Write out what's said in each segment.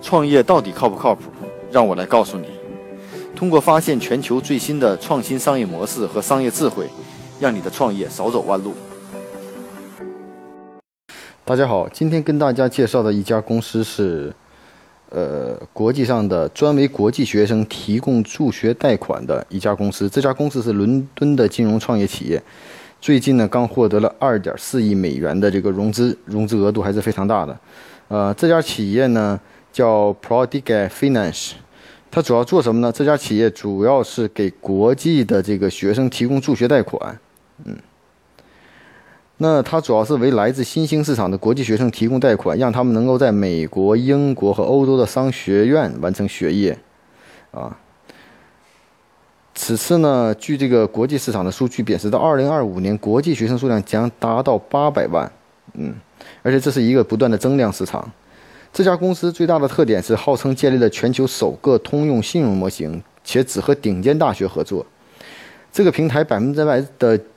创业到底靠不靠谱？让我来告诉你。通过发现全球最新的创新商业模式和商业智慧，让你的创业少走弯路。大家好，今天跟大家介绍的一家公司是国际上的专为国际学生提供助学贷款的一家公司。这家公司是伦敦的金融创业企业，最近呢刚获得了2.4亿美元的这个融资额度还是非常大的。这家企业呢叫 Prodigy Finance， 它主要做什么呢？这家企业主要是给国际的这个学生提供助学贷款。那它主要是为来自新兴市场的国际学生提供贷款，让他们能够在美国、英国和欧洲的商学院完成学业。此次呢，据这个国际市场的数据显示，到2025年，国际学生数量将达到800万。而且这是一个不断的增量市场。这家公司最大的特点是号称建立了全球首个通用信用模型，且只和顶尖大学合作。这个平台99%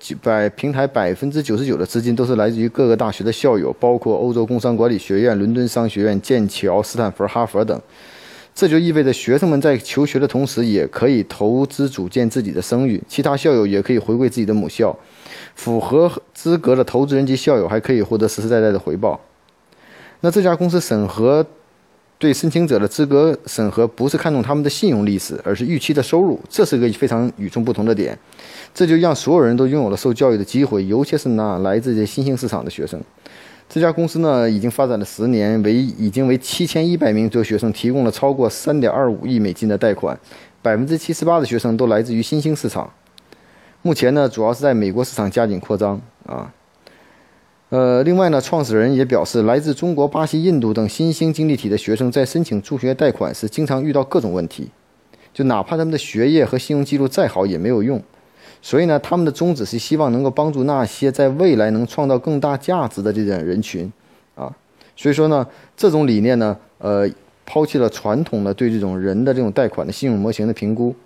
的资金都是来自于各个大学的校友，包括欧洲工商管理学院、伦敦商学院、剑桥、斯坦福、哈佛等。这就意味着学生们在求学的同时，也可以投资组建自己的声誉，其他校友也可以回馈自己的母校。符合资格的投资人及校友还可以获得实实在在的回报。那这家公司对申请者的资格审核不是看重他们的信用历史，而是预期的收入，这是个非常与众不同的点。这就让所有人都拥有了受教育的机会，尤其是来自这新兴市场的学生。这家公司呢已经发展了10年，已经为7100名学生提供了超过3.25亿美金的贷款，78%的学生都来自于新兴市场。目前呢，主要是在美国市场加紧扩张另外呢，创始人也表示，来自中国、巴西、印度等新兴经济体的学生在申请助学贷款时，经常遇到各种问题，就哪怕他们的学业和信用记录再好也没有用。所以呢，他们的宗旨是希望能够帮助那些在未来能创造更大价值的这种人群所以说呢，这种理念呢，抛弃了传统的对这种人的这种贷款的信用模型的评估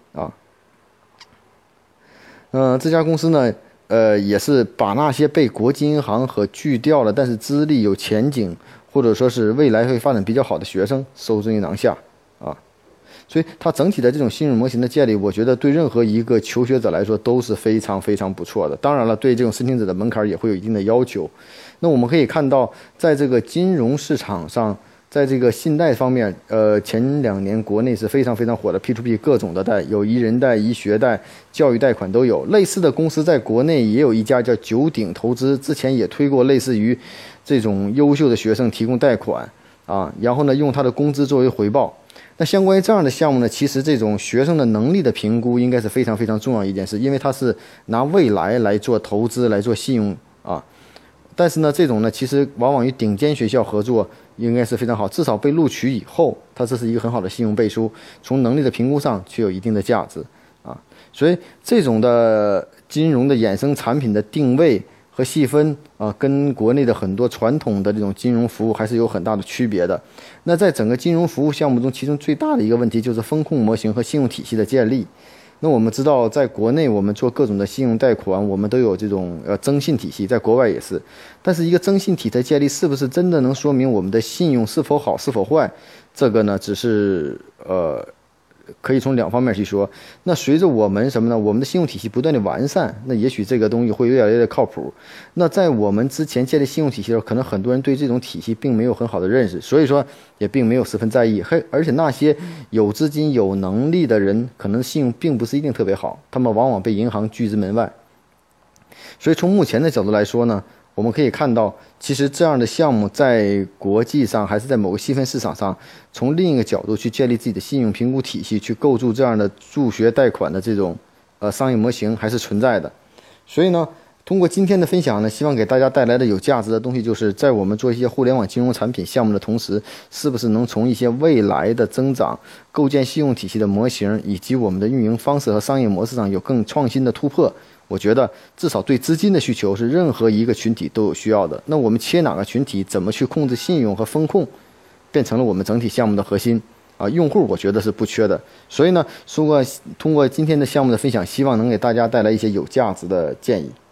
这家公司呢，也是把那些被国际银行和拒掉了，但是资历有前景，或者说是未来会发展比较好的学生收进囊下所以它整体的这种信用模型的建立，我觉得对任何一个求学者来说都是非常非常不错的。当然了，对这种申请者的门槛也会有一定的要求。那我们可以看到，在这个金融市场上，在这个信贷方面，前2年国内是非常非常火的 P2P 各种的贷，有一人贷、一学贷、教育贷款都有。类似的公司在国内也有一家叫九鼎投资，之前也推过类似于这种优秀的学生提供贷款然后呢用他的工资作为回报。那相关于这样的项目呢，其实这种学生的能力的评估应该是非常非常重要一件事，因为它是拿未来来做投资、来做信用但是呢，这种呢，其实往往与顶尖学校合作应该是非常好，至少被录取以后，它这是一个很好的信用背书，从能力的评估上具有一定的价值所以这种的金融的衍生产品的定位和细分跟国内的很多传统的这种金融服务还是有很大的区别的。那在整个金融服务项目中，其中最大的一个问题就是风控模型和信用体系的建立。那我们知道，在国内我们做各种的信用贷款，我们都有这种征信体系，在国外也是。但是一个征信体的建立，是不是真的能说明我们的信用是否好是否坏？这个呢，只是可以从2方面去说。那随着我们什么呢？我们的信用体系不断的完善，那也许这个东西会越来越靠谱。那在我们之前建立信用体系的时候，可能很多人对这种体系并没有很好的认识，所以说也并没有十分在意。而且那些有资金、有能力的人，可能信用并不是一定特别好，他们往往被银行拒之门外。所以从目前的角度来说呢，我们可以看到，其实这样的项目在国际上还是在某个细分市场上，从另一个角度去建立自己的信用评估体系，去构筑这样的助学贷款的这种商业模型还是存在的。所以呢，通过今天的分享呢，希望给大家带来的有价值的东西，就是在我们做一些互联网金融产品项目的同时，是不是能从一些未来的增长、构建信用体系的模型，以及我们的运营方式和商业模式上有更创新的突破。我觉得至少对资金的需求是任何一个群体都有需要的。那我们切哪个群体，怎么去控制信用和风控，变成了我们整体项目的核心用户我觉得是不缺的。所以呢，通过今天的项目的分享，希望能给大家带来一些有价值的建议。